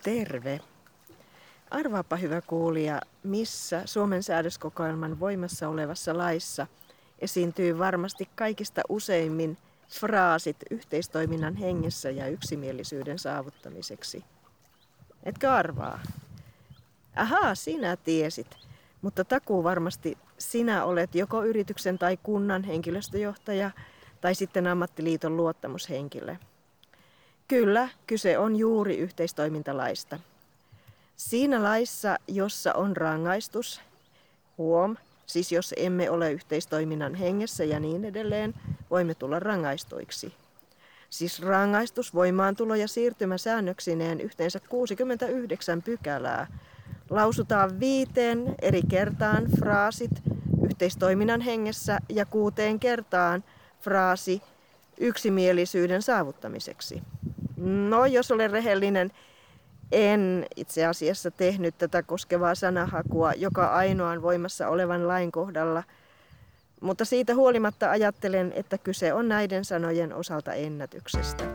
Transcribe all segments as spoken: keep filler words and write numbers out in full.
Terve! Arvaapa hyvä kuulija, missä Suomen säädöskokoelman voimassa olevassa laissa esiintyy varmasti kaikista useimmin fraasit yhteistoiminnan hengessä ja yksimielisyyden saavuttamiseksi. Etkö arvaa? Ahaa, sinä tiesit, mutta takuu varmasti sinä olet joko yrityksen tai kunnan henkilöstöjohtaja tai sitten ammattiliiton luottamushenkilö. Kyllä, kyse on juuri yhteistoimintalaista. Siinä laissa, jossa on rangaistus, huom, siis jos emme ole yhteistoiminnan hengessä ja niin edelleen, voimme tulla rangaistuiksi. Siis rangaistus, voimaantulo ja siirtymäsäännöksineen yhteensä kuusikymmentäyhdeksän pykälää. Lausutaan viiteen eri kertaan fraasit yhteistoiminnan hengessä ja kuuteen kertaan fraasi yksimielisyyden saavuttamiseksi. No, jos olen rehellinen, en itse asiassa tehnyt tätä koskevaa sanahakua joka ainoan voimassa olevan lain kohdalla, mutta siitä huolimatta ajattelen, että kyse on näiden sanojen osalta ennätyksestä.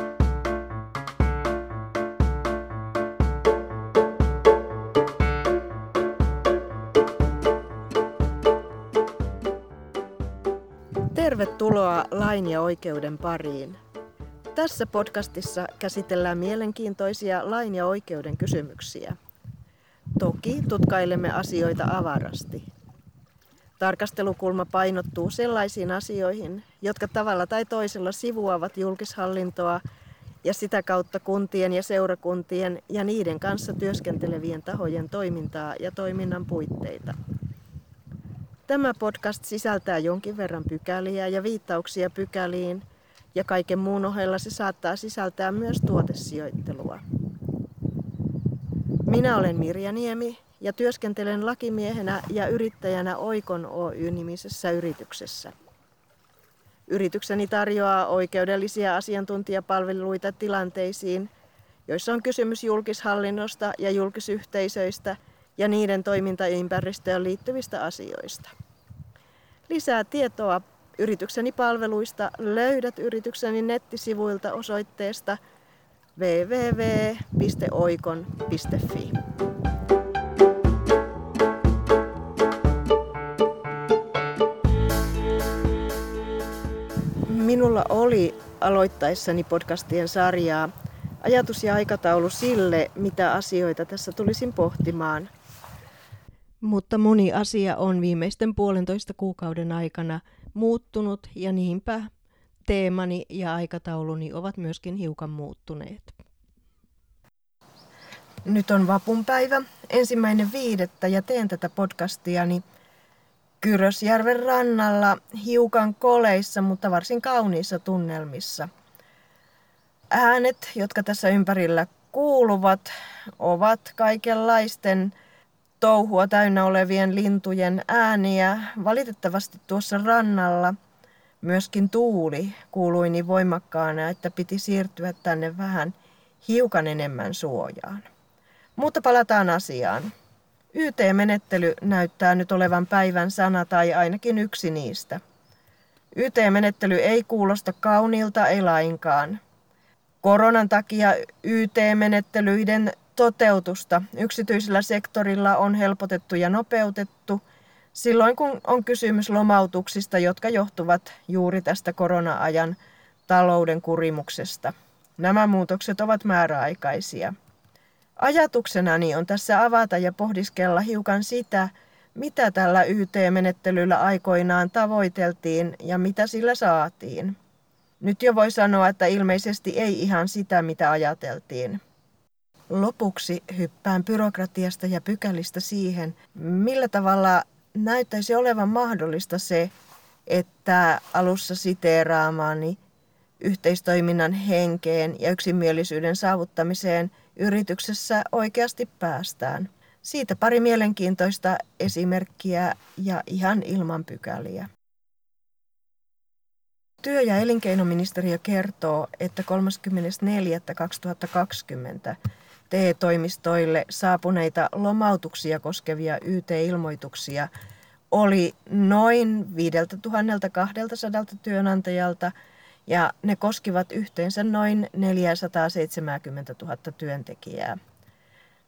Tervetuloa lain ja oikeuden pariin. Tässä podcastissa käsitellään mielenkiintoisia lain ja oikeuden kysymyksiä. Toki tutkailemme asioita avarasti. Tarkastelukulma painottuu sellaisiin asioihin, jotka tavalla tai toisella sivuavat julkishallintoa ja sitä kautta kuntien ja seurakuntien ja niiden kanssa työskentelevien tahojen toimintaa ja toiminnan puitteita. Tämä podcast sisältää jonkin verran pykäliä ja viittauksia pykäliin, ja kaiken muun ohella se saattaa sisältää myös tuotesijoittelua. Minä olen Mirja Niemi ja työskentelen lakimiehenä ja yrittäjänä Oikon Oy-nimisessä yrityksessä. Yritykseni tarjoaa oikeudellisia asiantuntijapalveluita tilanteisiin, joissa on kysymys julkishallinnosta ja julkisyhteisöistä ja niiden toimintaympäristöön liittyvistä asioista. Lisää tietoa yritykseni palveluista löydät yritykseni nettisivuilta osoitteesta double-u double-u double-u piste oikon piste fi. Minulla oli aloittaessani podcastien sarjaa ajatus ja aikataulu sille, mitä asioita tässä tulisin pohtimaan. Mutta moni asia on viimeisten puolentoista kuukauden aikana muuttunut ja niinpä teemani ja aikatauluni ovat myöskin hiukan muuttuneet. Nyt on vapunpäivä, ensimmäinen viidettä ja teen tätä podcastiani Kyrösjärven rannalla hiukan koleissa, mutta varsin kauniissa tunnelmissa. Äänet, jotka tässä ympärillä kuuluvat, ovat kaikenlaisten touhua täynnä olevien lintujen ääniä. Valitettavasti tuossa rannalla myöskin tuuli kuului niin voimakkaana, että piti siirtyä tänne vähän hiukan enemmän suojaan. Mutta palataan asiaan. Y T-menettely näyttää nyt olevan päivän sana tai ainakin yksi niistä. Y T-menettely ei kuulosta kauniilta, ei lainkaan. Koronan takia Y T-menettelyiden toteutusta yksityisellä sektorilla on helpotettu ja nopeutettu silloin, kun on kysymys lomautuksista, jotka johtuvat juuri tästä korona-ajan talouden kurimuksesta. Nämä muutokset ovat määräaikaisia. Ajatuksenani on tässä avata ja pohdiskella hiukan sitä, mitä tällä Y T-menettelyllä aikoinaan tavoiteltiin ja mitä sillä saatiin. Nyt jo voi sanoa, että ilmeisesti ei ihan sitä, mitä ajateltiin. Lopuksi hyppään byrokratiasta ja pykälistä siihen, millä tavalla näyttäisi olevan mahdollista se, että alussa siteeraamaani yhteistoiminnan henkeen ja yksimielisyyden saavuttamiseen yrityksessä oikeasti päästään. Siitä pari mielenkiintoista esimerkkiä ja ihan ilman pykäliä. Työ- ja elinkeinoministeriö kertoo, että kolmaskymmenes neljättä kaksituhattakaksikymmentä T E-toimistoille saapuneita lomautuksia koskevia Y T-ilmoituksia oli noin viisituhattakaksisataa työnantajalta ja ne koskivat yhteensä noin neljäsataaseitsemänkymmentätuhatta työntekijää.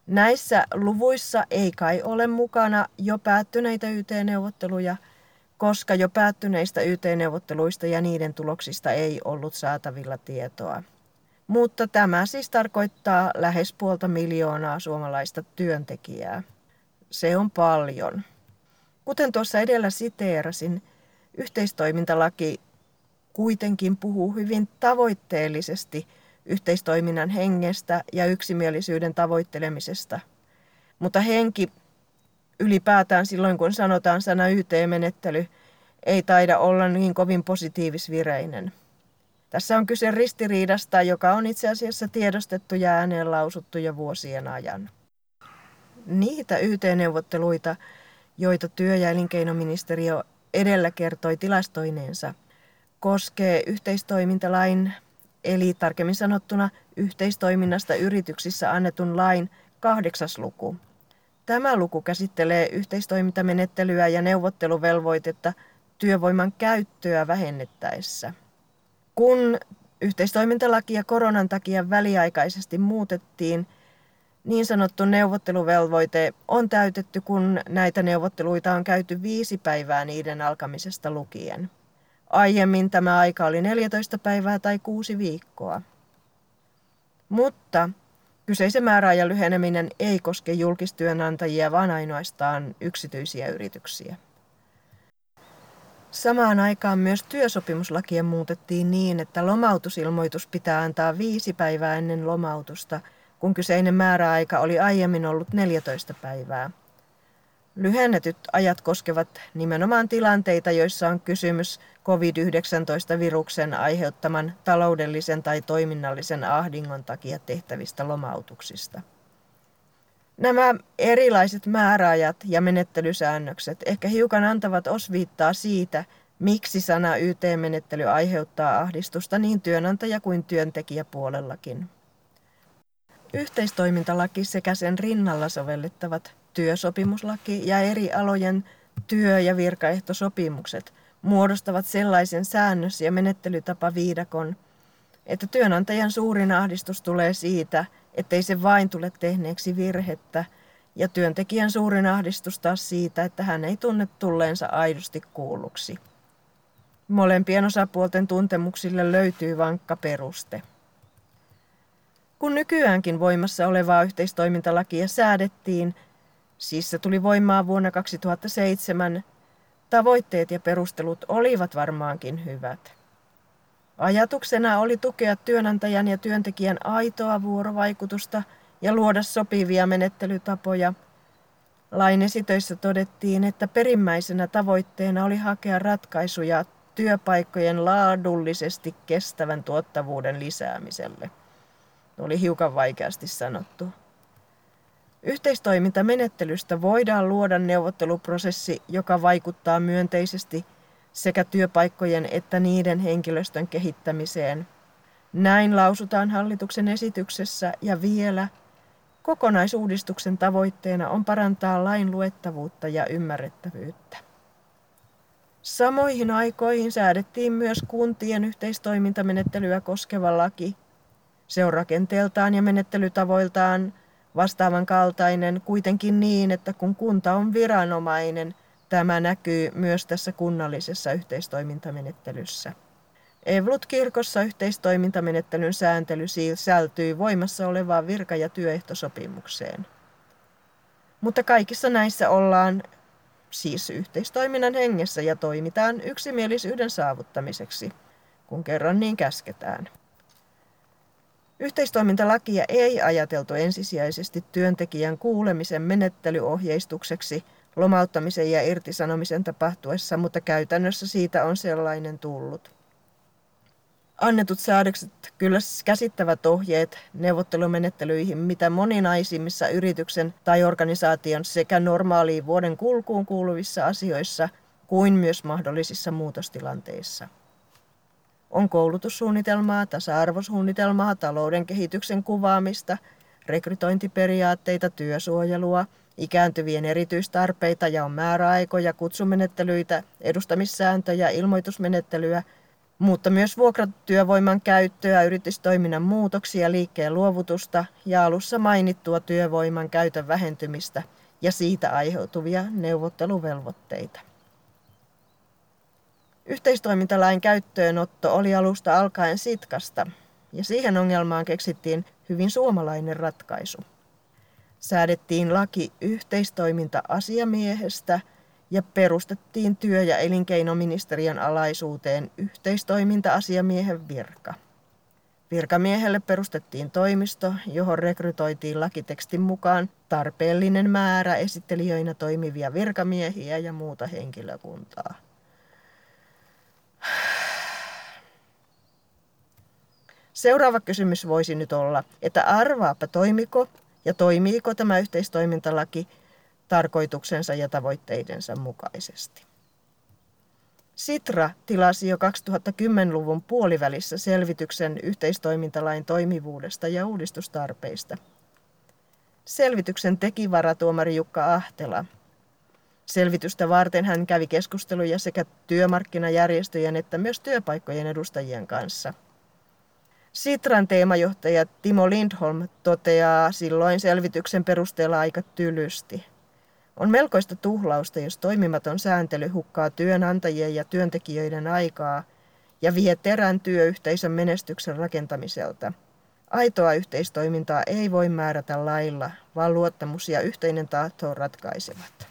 Näissä luvuissa ei kai ole mukana jo päättyneitä Y T-neuvotteluja, koska jo päättyneistä Y T-neuvotteluista ja niiden tuloksista ei ollut saatavilla tietoa. Mutta tämä siis tarkoittaa lähes puolta miljoonaa suomalaista työntekijää. Se on paljon. Kuten tuossa edellä siteerasin, yhteistoimintalaki kuitenkin puhuu hyvin tavoitteellisesti yhteistoiminnan hengestä ja yksimielisyyden tavoittelemisesta. Mutta henki ylipäätään silloin, kun sanotaan sana Y T-menettely, ei taida olla niin kovin positiivisvireinen. Tässä on kyse ristiriidasta, joka on itse asiassa tiedostettu ja ääneen lausuttu jo vuosien ajan. Niitä Y T-neuvotteluita, joita työ- ja elinkeinoministeriö edellä kertoi tilastoineensa, koskee yhteistoimintalain, eli tarkemmin sanottuna yhteistoiminnasta yrityksissä annetun lain kahdeksas luku. Tämä luku käsittelee yhteistoimintamenettelyä ja neuvotteluvelvoitetta työvoiman käyttöä vähennettäessä. Kun yhteistoimintalakia koronan takia väliaikaisesti muutettiin, niin sanottu neuvotteluvelvoite on täytetty, kun näitä neuvotteluita on käyty viisi päivää niiden alkamisesta lukien. Aiemmin tämä aika oli neljätoista päivää tai kuusi viikkoa. Mutta kyseisen määräajan lyheneminen ei koske julkistyönantajia, vaan ainoastaan yksityisiä yrityksiä. Samaan aikaan myös työsopimuslakia muutettiin niin, että lomautusilmoitus pitää antaa viisi päivää ennen lomautusta, kun kyseinen määräaika oli aiemmin ollut neljätoista päivää. Lyhennetyt ajat koskevat nimenomaan tilanteita, joissa on kysymys covid yhdeksäntoista-viruksen aiheuttaman taloudellisen tai toiminnallisen ahdingon takia tehtävistä lomautuksista. Nämä erilaiset määräajat ja menettelysäännökset ehkä hiukan antavat osviittaa siitä, miksi sana Y T-menettely aiheuttaa ahdistusta niin työnantaja- kuin työntekijäpuolellakin. Yhteistoimintalaki sekä sen rinnalla sovellettavat työsopimuslaki ja eri alojen työ- ja virkaehtosopimukset muodostavat sellaisen säännös- ja menettelytapaviidakon, että työnantajan suurin ahdistus tulee siitä, ettei se vain tule tehneeksi virhettä, ja työntekijän suurin ahdistus taas siitä, että hän ei tunne tulleensa aidosti kuulluksi. Molempien osapuolten tuntemuksille löytyy vankka peruste. Kun nykyäänkin voimassa olevaa yhteistoimintalakia säädettiin, siis se tuli voimaan vuonna kaksituhattaseitsemän, tavoitteet ja perustelut olivat varmaankin hyvät. Ajatuksena oli tukea työnantajan ja työntekijän aitoa vuorovaikutusta ja luoda sopivia menettelytapoja. Lain esitöissä todettiin, että perimmäisenä tavoitteena oli hakea ratkaisuja työpaikkojen laadullisesti kestävän tuottavuuden lisäämiselle. Oli hiukan vaikeasti sanottu. Yhteistoimintamenettelystä voidaan luoda neuvotteluprosessi, joka vaikuttaa myönteisesti sekä työpaikkojen että niiden henkilöstön kehittämiseen. Näin lausutaan hallituksen esityksessä ja vielä kokonaisuudistuksen tavoitteena on parantaa lain luettavuutta ja ymmärrettävyyttä. Samoihin aikoihin säädettiin myös kuntien yhteistoimintamenettelyä koskeva laki. Se on rakenteeltaan ja menettelytavoiltaan vastaavan kaltainen kuitenkin niin, että kun kunta on viranomainen, tämä näkyy myös tässä kunnallisessa yhteistoimintamenettelyssä. Evolut-kirkossa yhteistoimintamenettelyn sääntely sisältyy voimassa olevaan virka- ja työehtosopimukseen. Mutta kaikissa näissä ollaan siis yhteistoiminnan hengessä ja toimitaan yksimielisyyden saavuttamiseksi, kun kerran niin käsketään. Yhteistoimintalakia ei ajateltu ensisijaisesti työntekijän kuulemisen menettelyohjeistukseksi lomauttamisen ja irtisanomisen tapahtuessa, mutta käytännössä siitä on sellainen tullut. Annetut säädökset kyllä käsittävät ohjeet neuvottelumenettelyihin mitä moninaisimmissa yrityksen tai organisaation sekä normaaliin vuoden kulkuun kuuluvissa asioissa kuin myös mahdollisissa muutostilanteissa. On koulutussuunnitelmaa, tasa-arvosuunnitelmaa, talouden kehityksen kuvaamista, rekrytointiperiaatteita, työsuojelua, ikääntyvien erityistarpeita ja on määräaikoja, kutsumenettelyitä, edustamissääntöjä, ilmoitusmenettelyä, mutta myös vuokratyövoiman käyttöä, yritystoiminnan muutoksia, liikkeen luovutusta ja alussa mainittua työvoiman käytön vähentymistä ja siitä aiheutuvia neuvotteluvelvoitteita. Yhteistoimintalain käyttöönotto oli alusta alkaen sitkasta ja siihen ongelmaan keksittiin hyvin suomalainen ratkaisu. Säädettiin laki yhteistoiminta-asiamiehestä ja perustettiin työ- ja elinkeinoministeriön alaisuuteen yhteistoiminta-asiamiehen virka. Virkamiehelle perustettiin toimisto, johon rekrytoitiin lakitekstin mukaan tarpeellinen määrä esittelijöinä toimivia virkamiehiä ja muuta henkilökuntaa. Seuraava kysymys voisi nyt olla, että arvaapa toimiko ja toimiiko tämä yhteistoimintalaki tarkoituksensa ja tavoitteidensa mukaisesti. Sitra tilasi jo kaksituhattakymmenluvun puolivälissä selvityksen yhteistoimintalain toimivuudesta ja uudistustarpeista. Selvityksen teki varatuomari Jukka Ahtela. Selvitystä varten hän kävi keskusteluja sekä työmarkkinajärjestöjen että myös työpaikkojen edustajien kanssa. Sitran teemajohtaja Timo Lindholm toteaa silloin selvityksen perusteella aika tylysti. On melkoista tuhlausta, jos toimimaton sääntely hukkaa työnantajien ja työntekijöiden aikaa ja vie terän työyhteisön menestyksen rakentamiselta. Aitoa yhteistoimintaa ei voi määrätä lailla, vaan luottamus ja yhteinen tahto ratkaisevat.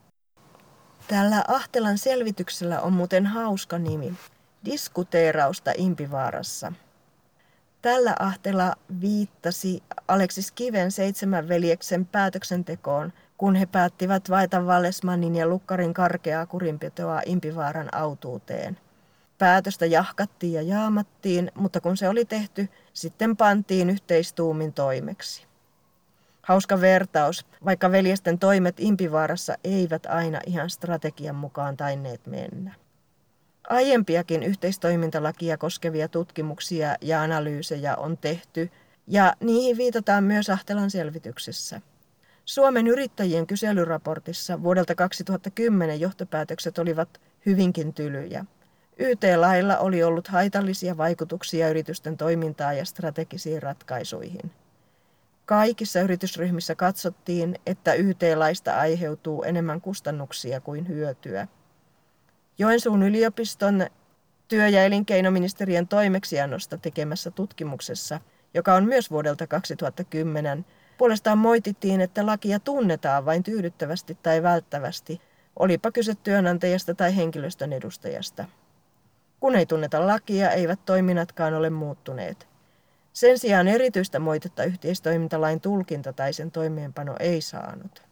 Tällä Ahtelan selvityksellä on muuten hauska nimi. Diskuteerausta Impivaarassa. Tällä Ahtela viittasi Aleksis Kiven seitsemän veljeksen päätöksentekoon, kun he päättivät vaeta Vallesmannin ja Lukkarin karkeaa kurinpitoa Impivaaran autuuteen. Päätöstä jahkattiin ja jaamattiin, mutta kun se oli tehty, sitten pantiin yhteistuumin toimeksi. Hauska vertaus, vaikka veljesten toimet Impivaarassa eivät aina ihan strategian mukaan tainneet mennä. Aiempiakin yhteistoimintalakia koskevia tutkimuksia ja analyysejä on tehty, ja niihin viitataan myös Ahtelan selvityksessä. Suomen yrittäjien kyselyraportissa vuodelta kaksituhattakymmenen johtopäätökset olivat hyvinkin tylyjä. Y T-lailla oli ollut haitallisia vaikutuksia yritysten toimintaan ja strategisiin ratkaisuihin. Kaikissa yritysryhmissä katsottiin, että Y T-laista aiheutuu enemmän kustannuksia kuin hyötyä. Joensuun yliopiston työ- ja elinkeinoministeriön toimeksiannosta tekemässä tutkimuksessa, joka on myös vuodelta kaksituhattakymmenen, puolestaan moitittiin, että lakia tunnetaan vain tyydyttävästi tai välttävästi, olipa kyse työnantajasta tai henkilöstön edustajasta. Kun ei tunneta lakia, eivät toiminnatkaan ole muuttuneet. Sen sijaan erityistä moitetta yhteistoimintalain tulkinta tai sen toimeenpano ei saanut.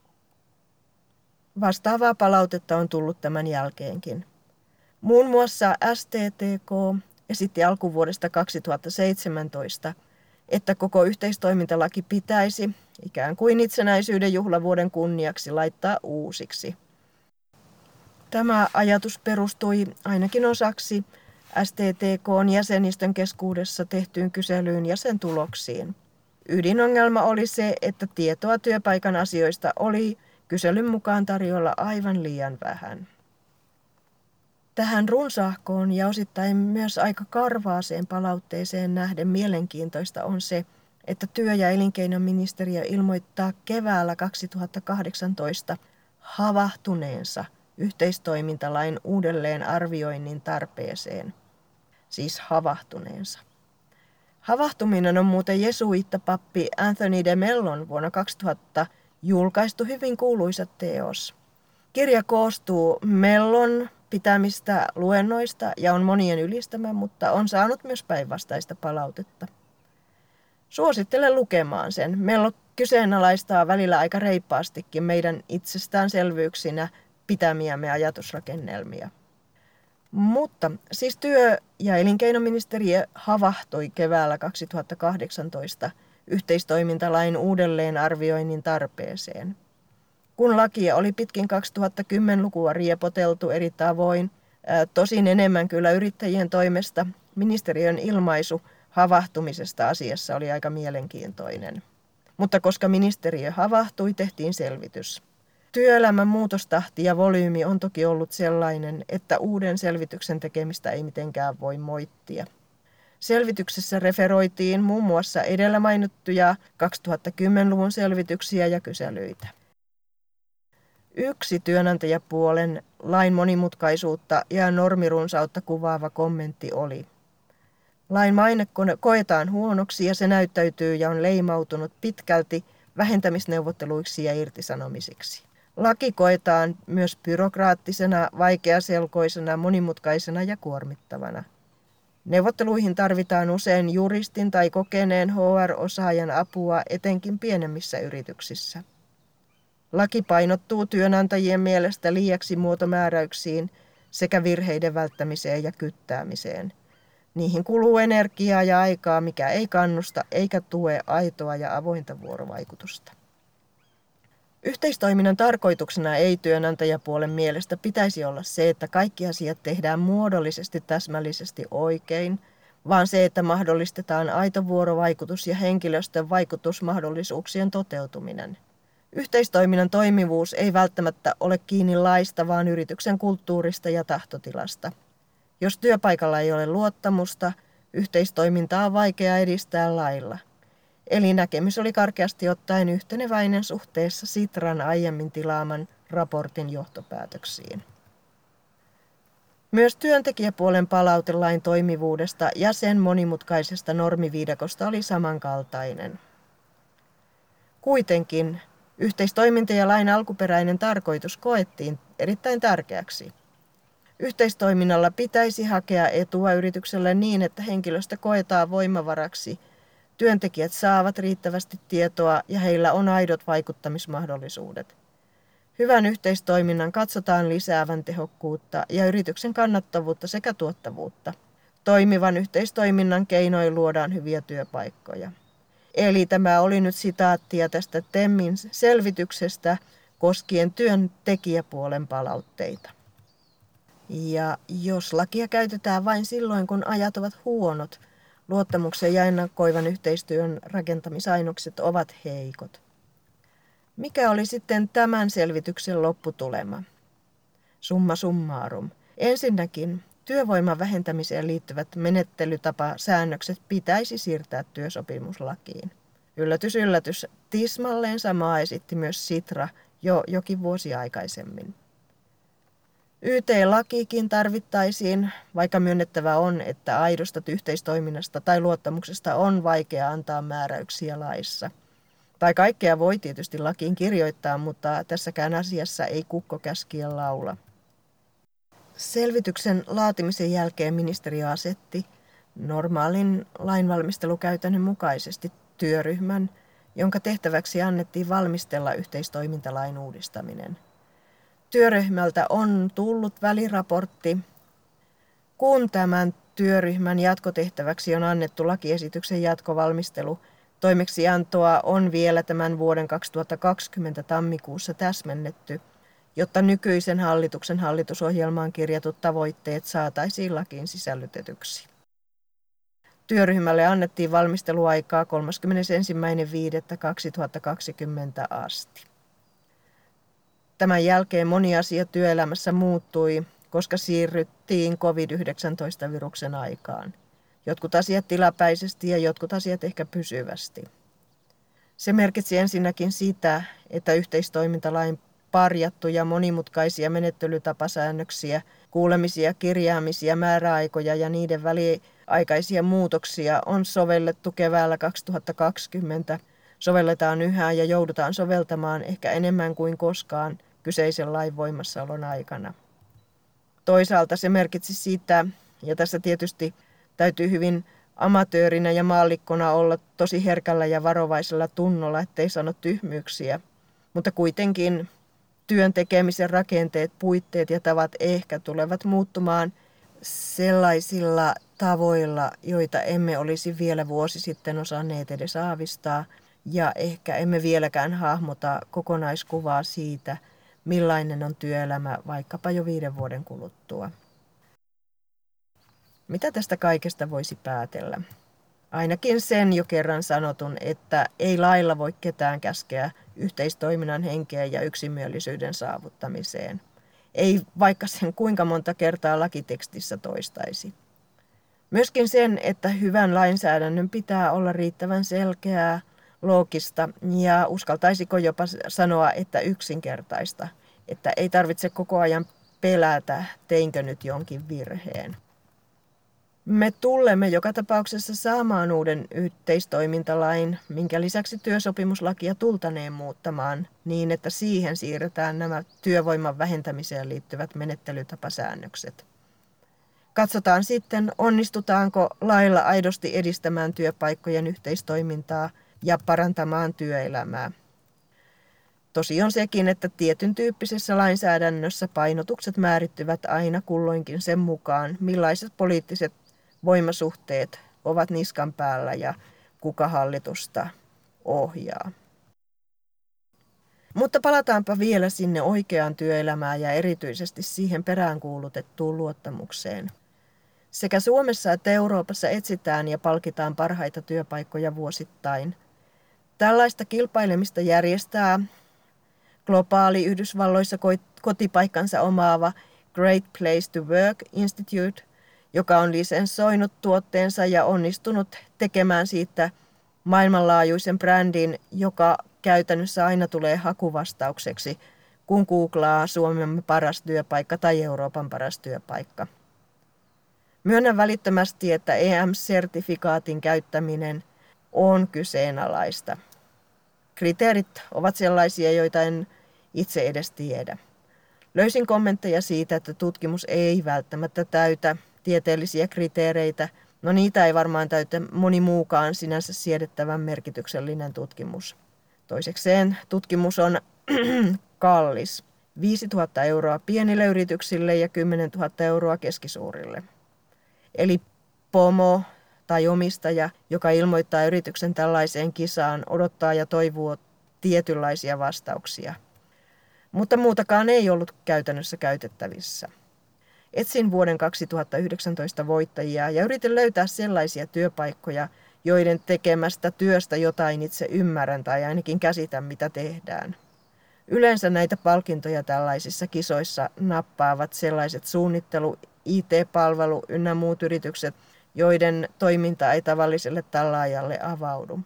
Vastaavaa palautetta on tullut tämän jälkeenkin. Muun muassa S T T K esitti alkuvuodesta kaksituhattaseitsemäntoista, että koko yhteistoimintalaki pitäisi ikään kuin itsenäisyyden juhlavuoden kunniaksi laittaa uusiksi. Tämä ajatus perustui ainakin osaksi S T T K:n jäsenistön keskuudessa tehtyyn kyselyyn ja sen tuloksiin. Ydinongelma oli se, että tietoa työpaikan asioista oli kyselyn mukaan tarjolla aivan liian vähän. Tähän runsaahkoon ja osittain myös aika karvaaseen palautteeseen nähden mielenkiintoista on se, että työ- ja elinkeinoministeriö ilmoittaa keväällä kaksituhattakahdeksantoista havahtuneensa yhteistoimintalain uudelleenarvioinnin tarpeeseen. Siis havahtuneensa. Havahtuminen on muuten jesuittapappi Anthony de Mellon vuonna kaksituhatta julkaistu hyvin kuuluisa teos. Kirja koostuu Mellon pitämistä luennoista ja on monien ylistämä, mutta on saanut myös päinvastaista palautetta. Suosittelen lukemaan sen. Mello kyseenalaistaa välillä aika reippaastikin meidän itsestäänselvyyksinä pitämiämme ajatusrakennelmia. Mutta siis työ- ja elinkeinoministeriö havahtui keväällä kaksituhattakahdeksantoista yhteistoimintalain uudelleenarvioinnin tarpeeseen. Kun lakia oli pitkin kaksituhattakymmenlukua riepoteltu eri tavoin, ää, tosin enemmän kyllä yrittäjien toimesta, ministeriön ilmaisu havahtumisesta asiassa oli aika mielenkiintoinen. Mutta koska ministeriö havahtui, tehtiin selvitys. Työelämän muutostahti ja volyymi on toki ollut sellainen, että uuden selvityksen tekemistä ei mitenkään voi moittia. Selvityksessä referoitiin muun muassa edellä mainittuja kaksituhattakymmenluvun selvityksiä ja kyselyitä. Yksi työnantajapuolen lain monimutkaisuutta ja normirunsautta kuvaava kommentti oli: lain maine koetaan huonoksi ja se näyttäytyy ja on leimautunut pitkälti vähentämisneuvotteluiksi ja irtisanomisiksi. Laki koetaan myös byrokraattisena, vaikeaselkoisena, monimutkaisena ja kuormittavana. Neuvotteluihin tarvitaan usein juristin tai kokeneen H R-osaajan apua etenkin pienemmissä yrityksissä. Laki painottuu työnantajien mielestä liiaksi muotomääräyksiin sekä virheiden välttämiseen ja kyttäämiseen. Niihin kuluu energiaa ja aikaa, mikä ei kannusta eikä tue aitoa ja avointa vuorovaikutusta. Yhteistoiminnan tarkoituksena ei työnantajapuolen mielestä pitäisi olla se, että kaikki asiat tehdään muodollisesti täsmällisesti oikein, vaan se, että mahdollistetaan aito vuorovaikutus ja henkilöstön vaikutusmahdollisuuksien toteutuminen. Yhteistoiminnan toimivuus ei välttämättä ole kiinni laista, vaan yrityksen kulttuurista ja tahtotilasta. Jos työpaikalla ei ole luottamusta, yhteistoimintaa on vaikea edistää lailla. Eli näkemys oli karkeasti ottaen yhteneväinen suhteessa Sitran aiemmin tilaaman raportin johtopäätöksiin. Myös työntekijäpuolen palaute lain toimivuudesta ja sen monimutkaisesta normiviidakosta oli samankaltainen. Kuitenkin yhteistoiminta ja lain alkuperäinen tarkoitus koettiin erittäin tärkeäksi. Yhteistoiminnalla pitäisi hakea etua yritykselle niin, että henkilöstö koetaan voimavaraksi, työntekijät saavat riittävästi tietoa ja heillä on aidot vaikuttamismahdollisuudet. Hyvän yhteistoiminnan katsotaan lisäävän tehokkuutta ja yrityksen kannattavuutta sekä tuottavuutta. Toimivan yhteistoiminnan keinoin luodaan hyviä työpaikkoja. Eli tämä oli nyt sitaattia tästä TEMin selvityksestä koskien työntekijäpuolen palautteita. Ja jos lakia käytetään vain silloin, kun ajat ovat huonot, luottamuksen ja ennakoivan yhteistyön rakentamisainokset ovat heikot. Mikä oli sitten tämän selvityksen lopputulema? Summa summarum. Ensinnäkin työvoiman vähentämiseen liittyvät menettelytapasäännökset pitäisi siirtää työsopimuslakiin. Yllätys, yllätys, tismalleen samaa esitti myös Sitra jo jokin vuosi aikaisemmin. Y T-lakiikin tarvittaisiin, vaikka myönnettävä on, että aidosta yhteistoiminnasta tai luottamuksesta on vaikea antaa määräyksiä laissa. Tai kaikkea voi tietysti lakiin kirjoittaa, mutta tässäkään asiassa ei kukko käskiä laula. Selvityksen laatimisen jälkeen ministeriö asetti normaalin lainvalmistelukäytännön mukaisesti työryhmän, jonka tehtäväksi annettiin valmistella yhteistoimintalain uudistaminen. Työryhmältä on tullut väliraportti. Kun tämän työryhmän jatkotehtäväksi on annettu lakiesityksen jatkovalmistelu, toimeksiantoa on vielä tämän vuoden kaksituhattakaksikymmentä tammikuussa täsmennetty, jotta nykyisen hallituksen hallitusohjelmaan kirjatut tavoitteet saataisiin lakiin sisällytetyksi. Työryhmälle annettiin valmisteluaikaa kolmaskymmenesensimmäinen viidettä kaksituhattakaksikymmentä asti. Tämän jälkeen moni asia työelämässä muuttui, koska siirryttiin covid yhdeksäntoista-viruksen aikaan. Jotkut asiat tilapäisesti ja jotkut asiat ehkä pysyvästi. Se merkitsi ensinnäkin sitä, että yhteistoimintalain parjattuja monimutkaisia menettelytapasäännöksiä, kuulemisia, kirjaamisia, määräaikoja ja niiden väliaikaisia muutoksia on sovellettu keväällä kaksituhattakaksikymmentä, sovelletaan yhä ja joudutaan soveltamaan ehkä enemmän kuin koskaan kyseisen lain voimassaolon aikana. Toisaalta se merkitsi sitä, ja tässä tietysti täytyy hyvin amatöörinä ja maallikkona olla tosi herkällä ja varovaisella tunnolla, ettei sano tyhmyyksiä, mutta kuitenkin työn tekemisen rakenteet, puitteet ja tavat ehkä tulevat muuttumaan sellaisilla tavoilla, joita emme olisi vielä vuosi sitten osanneet edes aavistaa, ja ehkä emme vieläkään hahmota kokonaiskuvaa siitä, millainen on työelämä vaikkapa jo viiden vuoden kuluttua. Mitä tästä kaikesta voisi päätellä? Ainakin sen jo kerran sanotun, että ei lailla voi ketään käskeä yhteistoiminnan henkeen ja yksimielisyyden saavuttamiseen. Ei vaikka sen kuinka monta kertaa lakitekstissä toistaisi. Myöskin sen, että hyvän lainsäädännön pitää olla riittävän selkeää, loogista ja uskaltaisiko jopa sanoa, että yksinkertaista, että ei tarvitse koko ajan pelätä, teinkö nyt jonkin virheen. Me tulemme joka tapauksessa saamaan uuden yhteistoimintalain, minkä lisäksi työsopimuslakia tultaneen muuttamaan niin, että siihen siirretään nämä työvoiman vähentämiseen liittyvät menettelytapasäännökset. Katsotaan sitten, onnistutaanko lailla aidosti edistämään työpaikkojen yhteistoimintaa ja parantamaan työelämää. Tosi on sekin, että tietyn tyyppisessä lainsäädännössä painotukset määrittyvät aina kulloinkin sen mukaan, millaiset poliittiset voimasuhteet ovat niskan päällä ja kuka hallitusta ohjaa. Mutta palataanpa vielä sinne oikeaan työelämään ja erityisesti siihen peräänkuulutettuun luottamukseen. Sekä Suomessa että Euroopassa etsitään ja palkitaan parhaita työpaikkoja vuosittain. Tällaista kilpailemista järjestää globaali Yhdysvalloissa kotipaikkansa omaava Great Place to Work Institute, joka on lisenssoinut tuotteensa ja onnistunut tekemään siitä maailmanlaajuisen brändin, joka käytännössä aina tulee hakuvastaukseksi, kun googlaa Suomen paras työpaikka tai Euroopan paras työpaikka. Myönnän välittömästi, että E M-sertifikaatin käyttäminen on kyseenalaista. Kriteerit ovat sellaisia, joita en itse edes tiedä. Löysin kommentteja siitä, että tutkimus ei välttämättä täytä tieteellisiä kriteereitä. No niitä ei varmaan täytä moni muukaan sinänsä siedettävän merkityksellinen tutkimus. Toisekseen tutkimus on kallis. viisituhatta euroa pienille yrityksille ja kymmenentuhatta euroa keskisuurille. Eli pomo tai omistaja, joka ilmoittaa yrityksen tällaiseen kisaan, odottaa ja toivoo tietynlaisia vastauksia. Mutta muutakaan ei ollut käytännössä käytettävissä. Etsin vuoden kaksituhattayhdeksäntoista voittajia ja yritin löytää sellaisia työpaikkoja, joiden tekemästä työstä jotain itse ymmärrän tai ainakin käsitän, mitä tehdään. Yleensä näitä palkintoja tällaisissa kisoissa nappaavat sellaiset suunnittelu-, I T-palvelu ynnä muut yritykset, joiden toiminta ei tavalliselle tallaajalle avaudu.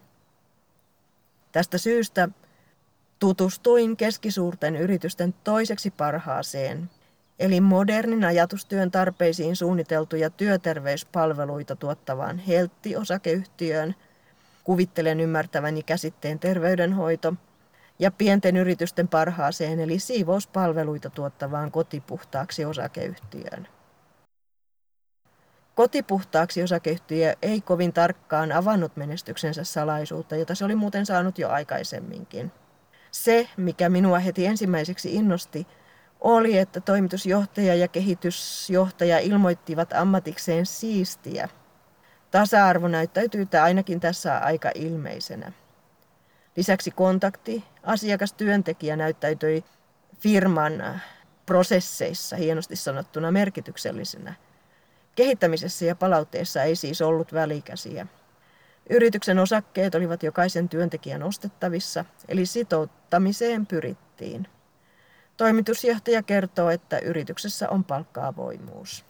Tästä syystä tutustuin keskisuurten yritysten toiseksi parhaaseen, eli modernin ajatustyön tarpeisiin suunniteltuja työterveyspalveluita tuottavaan Heltti-osakeyhtiöön, kuvittelen ymmärtäväni käsitteen terveydenhoito, ja pienten yritysten parhaaseen eli siivouspalveluita tuottavaan Kotipuhtaaksi osakeyhtiöön. Kotipuhtaaksi osakeyhtiö ei kovin tarkkaan avannut menestyksensä salaisuutta, jota se oli muuten saanut jo aikaisemminkin. Se, mikä minua heti ensimmäiseksi innosti, oli, että toimitusjohtaja ja kehitysjohtaja ilmoittivat ammatikseen siistiä. Tasa-arvo näyttäytyy ainakin tässä aika ilmeisenä. Lisäksi kontakti, asiakastyöntekijä näyttäytyi firman prosesseissa hienosti sanottuna merkityksellisenä. Kehittämisessä ja palautteessa ei siis ollut välikäsiä. Yrityksen osakkeet olivat jokaisen työntekijän ostettavissa, eli sitouttamiseen pyrittiin. Toimitusjohtaja kertoo, että yrityksessä on palkka-avoimuus.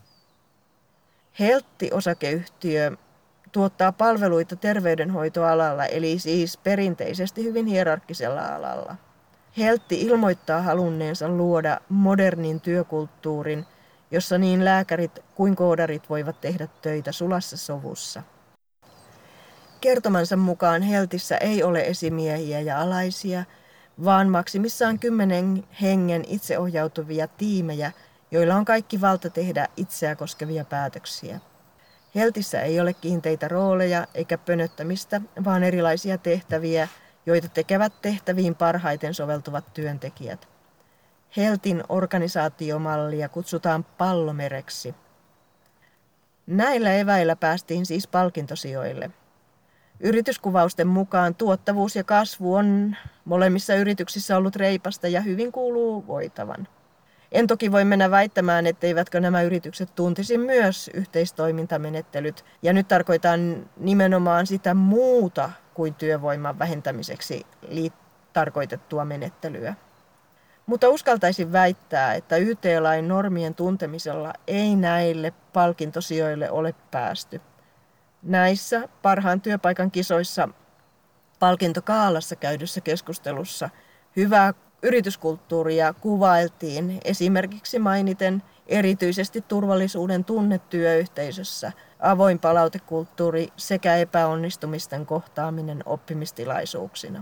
Heltti-osakeyhtiö tuottaa palveluita terveydenhoitoalalla, eli siis perinteisesti hyvin hierarkkisella alalla. Heltti ilmoittaa halunneensa luoda modernin työkulttuurin, jossa niin lääkärit kuin koodarit voivat tehdä töitä sulassa sovussa. Kertomansa mukaan Heltissä ei ole esimiehiä ja alaisia, vaan maksimissaan kymmenen hengen itseohjautuvia tiimejä, joilla on kaikki valta tehdä itseä koskevia päätöksiä. Heltissä ei ole kiinteitä rooleja eikä pönöttämistä, vaan erilaisia tehtäviä, joita tekevät tehtäviin parhaiten soveltuvat työntekijät. Heltin organisaatiomallia kutsutaan pallomereksi. Näillä eväillä päästiin siis palkintosijoille. Yrityskuvausten mukaan tuottavuus ja kasvu on molemmissa yrityksissä ollut reipasta ja hyvin kuuluu voitavan. En toki voi mennä väittämään, etteivätkö nämä yritykset tuntisi myös yhteistoimintamenettelyt. Ja nyt tarkoitan nimenomaan sitä muuta kuin työvoiman vähentämiseksi tarkoitettua menettelyä. Mutta uskaltaisin väittää, että Y T-lain normien tuntemisella ei näille palkintosijoille ole päästy. Näissä parhaan työpaikan kisoissa palkintokaalassa käydyssä keskustelussa hyvää yrityskulttuuria kuvailtiin esimerkiksi mainiten erityisesti turvallisuuden tunne työyhteisössä, avoin palautekulttuuri sekä epäonnistumisten kohtaaminen oppimistilaisuuksina.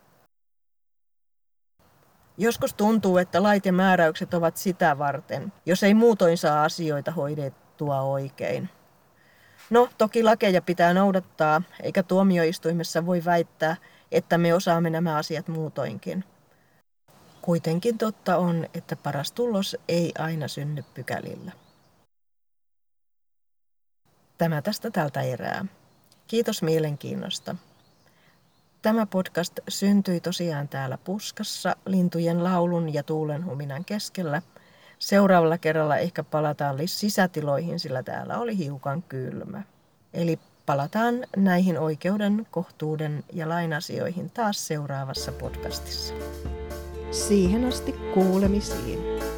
Joskus tuntuu, että lait ja määräykset ovat sitä varten, jos ei muutoin saa asioita hoidettua oikein. No, toki lakeja pitää noudattaa, eikä tuomioistuimessa voi väittää, että me osaamme nämä asiat muutoinkin. Kuitenkin totta on, että paras tulos ei aina synny pykälillä. Tämä tästä tältä erää. Kiitos mielenkiinnosta. Tämä podcast syntyi tosiaan täällä puskassa, lintujen laulun ja tuulenhuminan keskellä. Seuraavalla kerralla ehkä palataan sisätiloihin, sillä täällä oli hiukan kylmä. Eli palataan näihin oikeuden, kohtuuden ja lain asioihin taas seuraavassa podcastissa. Siihen asti kuulemisiin.